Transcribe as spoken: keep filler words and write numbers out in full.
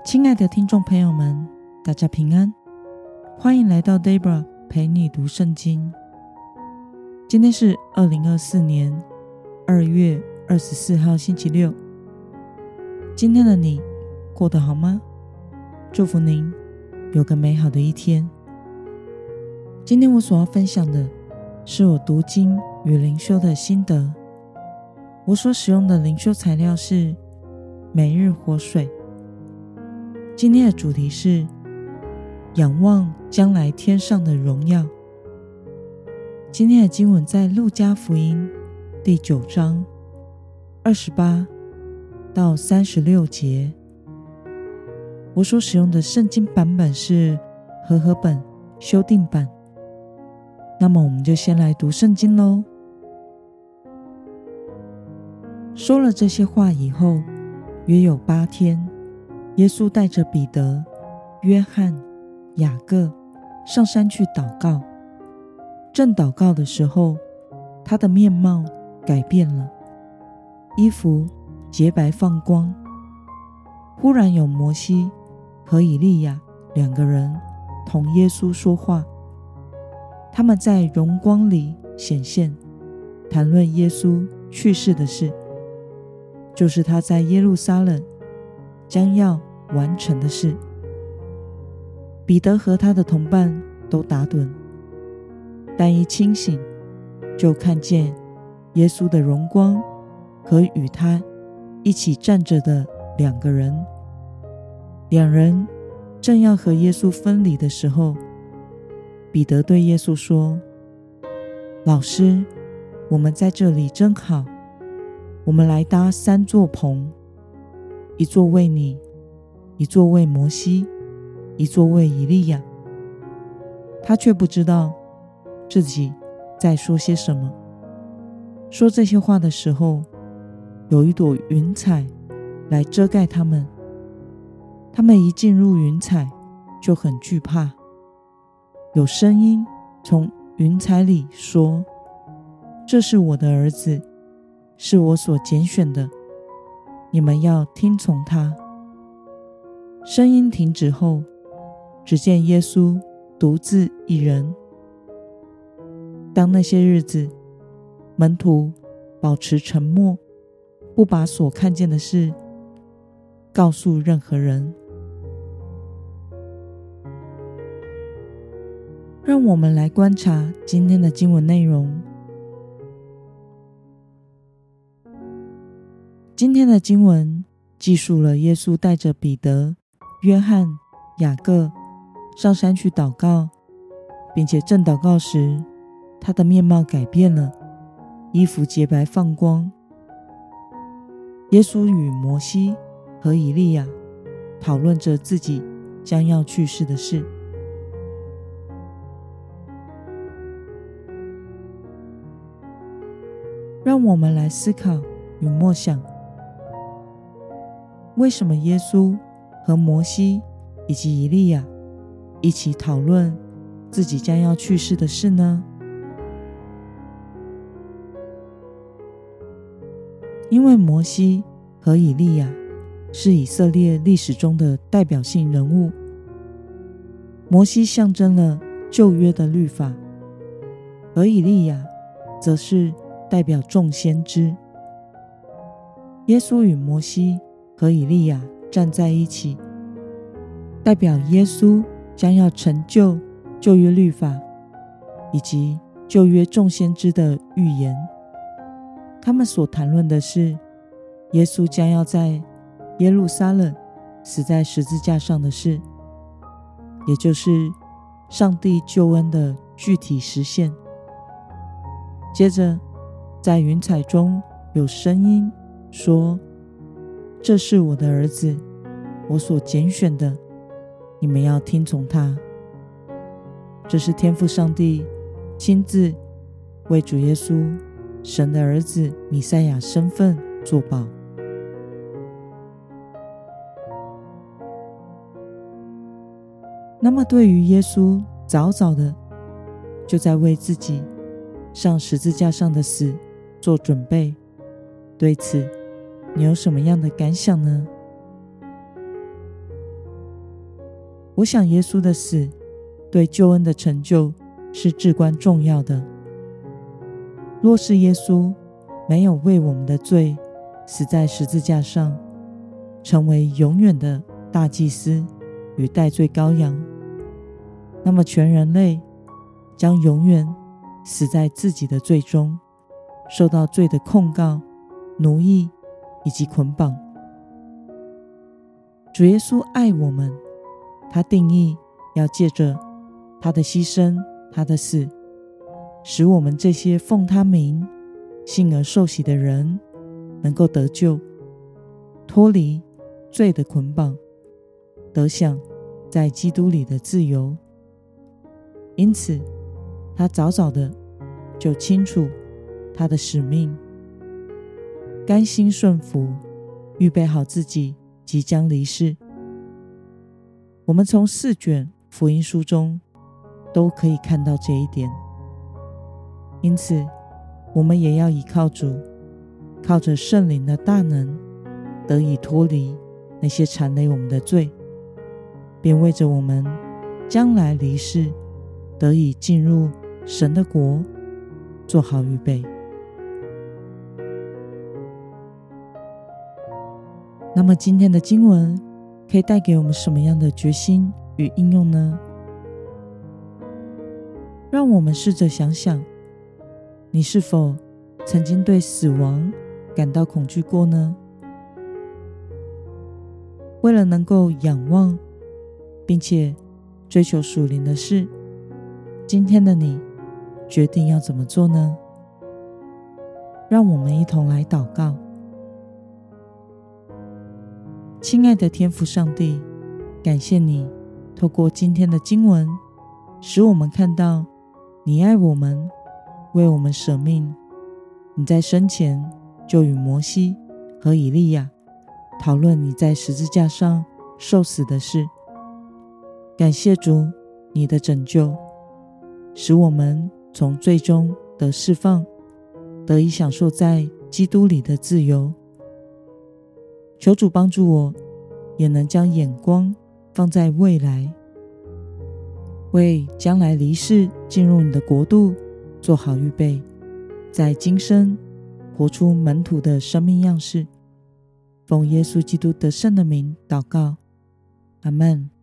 亲爱的听众朋友们，大家平安，欢迎来到 Debra 陪你读圣经。今天是二零二四年二月二十四号星期六。今天的你过得好吗？祝福您有个美好的一天。今天我所要分享的是我读经与灵修的心得。我所使用的灵修材料是每日活水。今天的主题是仰望将来天上的荣耀。今天的经文在路加福音第九章二十八到三十六节。我所使用的圣经版本是和合本修订版。那么我们就先来读圣经咯。说了这些话以后，约有八天，耶稣带着彼得、约翰、雅各上山去祷告。正祷告的时候，他的面貌改变了，衣服洁白放光。忽然有摩西和以利亚两个人同耶稣说话，他们在荣光里显现，谈论耶稣去世的事，就是他在耶路撒冷将要完成的事。彼得和他的同伴都打盹，但一清醒，就看见耶稣的荣光和与他一起站着的两个人。两人正要和耶稣分离的时候，彼得对耶稣说：老师，我们在这里真好，我们来搭三座棚，一座为你，一座为摩西，一座为以利亚。他却不知道自己在说些什么。说这些话的时候，有一朵云彩来遮盖他们。他们一进入云彩，就很惧怕。有声音从云彩里说：这是我的儿子，是我所拣选的，你们要听从他。声音停止后，只见耶稣独自一人。当那些日子，门徒保持沉默，不把所看见的事告诉任何人。让我们来观察今天的经文内容。今天的经文记述了耶稣带着彼得、约翰、雅各上山去祷告，并且正祷告时，他的面貌改变了，衣服洁白放光。耶稣与摩西和以利亚讨论着自己将要去世的事。让我们来思考与默想，为什么耶稣和摩西以及以利亚一起讨论自己将要去世的事呢？因为摩西和以利亚是以色列历史中的代表性人物。摩西象征了旧约的律法，而以利亚则是代表众先知。耶稣与摩西和以利亚站在一起，代表耶稣将要成就旧约律法以及旧约众先知的预言。他们所谈论的是耶稣将要在耶路撒冷死在十字架上的事，也就是上帝救恩的具体实现。接着在云彩中有声音说：这是我的儿子，我所拣选的，你们要听从他。这是天父上帝亲自为主耶稣神的儿子弥赛亚身份作保。那么对于耶稣早早的就在为自己上十字架上的死做准备，对此你有什么样的感想呢？ 我想耶稣的死对救恩的成就是至关重要的。若是耶稣没有为我们的罪死在十字架上，成为永远的大祭司与代罪羔羊，那么全人类将永远死在自己的罪中，受到罪的控告、奴役以及捆绑。主耶稣爱我们，他定义要借着他的牺牲、他的死，使我们这些奉他名信而受洗的人能够得救，脱离罪的捆绑，得享在基督里的自由。因此他早早的就清楚他的使命，甘心顺服，预备好自己即将离世。我们从四卷福音书中都可以看到这一点。因此我们也要依靠主，靠着圣灵的大能，得以脱离那些缠累我们的罪，便为着我们将来离世得以进入神的国做好预备。那么今天的经文可以带给我们什么样的决心与应用呢？让我们试着想想，你是否曾经对死亡感到恐惧过呢？为了能够仰望并且追求属灵的事，今天的你决定要怎么做呢？让我们一同来祷告。亲爱的天父上帝，感谢你透过今天的经文，使我们看到你爱我们，为我们舍命。你在生前就与摩西和以利亚讨论你在十字架上受死的事。感谢主，你的拯救使我们从罪中得释放，得以享受在基督里的自由。求主帮助我，也能将眼光放在未来，为将来离世进入你的国度做好预备，在今生活出门徒的生命样式。奉耶稣基督得胜的名祷告，阿们。